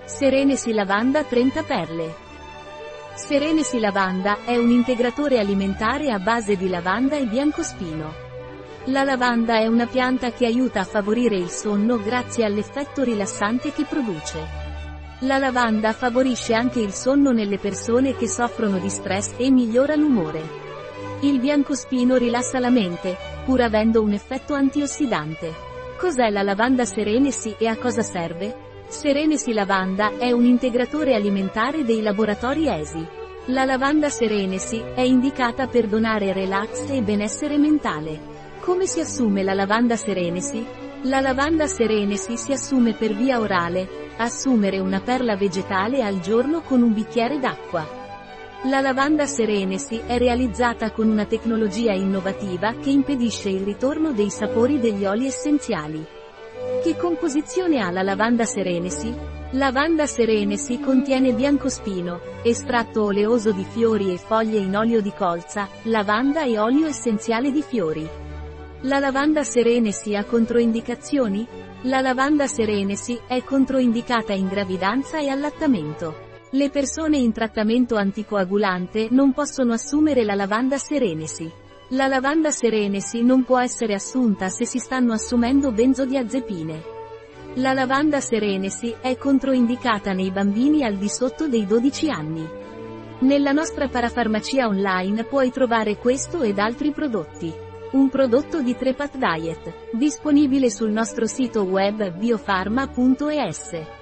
Serenesi Lavanda 30 perle. Serenesi Lavanda è un integratore alimentare a base di lavanda e biancospino. La lavanda è una pianta che aiuta a favorire il sonno grazie all'effetto rilassante che produce. La lavanda favorisce anche il sonno nelle persone che soffrono di stress e migliora l'umore. Il biancospino rilassa la mente, pur avendo un effetto antiossidante. Cos'è la lavanda Serenesi e a cosa serve? Serenesi Lavanda è un integratore alimentare dei laboratori ESI. La lavanda Serenesi è indicata per donare relax e benessere mentale. Come si assume la lavanda Serenesi? La lavanda Serenesi si assume per via orale, assumere una perla vegetale al giorno con un bicchiere d'acqua. La lavanda Serenesi è realizzata con una tecnologia innovativa che impedisce il ritorno dei sapori degli oli essenziali. Che composizione ha la lavanda Serenesi? Lavanda Serenesi contiene biancospino, estratto oleoso di fiori e foglie in olio di colza, lavanda e olio essenziale di fiori. La lavanda Serenesi ha controindicazioni? La lavanda Serenesi è controindicata in gravidanza e allattamento. Le persone in trattamento anticoagulante non possono assumere la lavanda Serenesi. La lavanda Serenesi non può essere assunta se si stanno assumendo benzodiazepine. La lavanda Serenesi è controindicata nei bambini al di sotto dei 12 anni. Nella nostra parafarmacia online puoi trovare questo ed altri prodotti. Un prodotto di Trepat Diet, disponibile sul nostro sito web biofarma.es.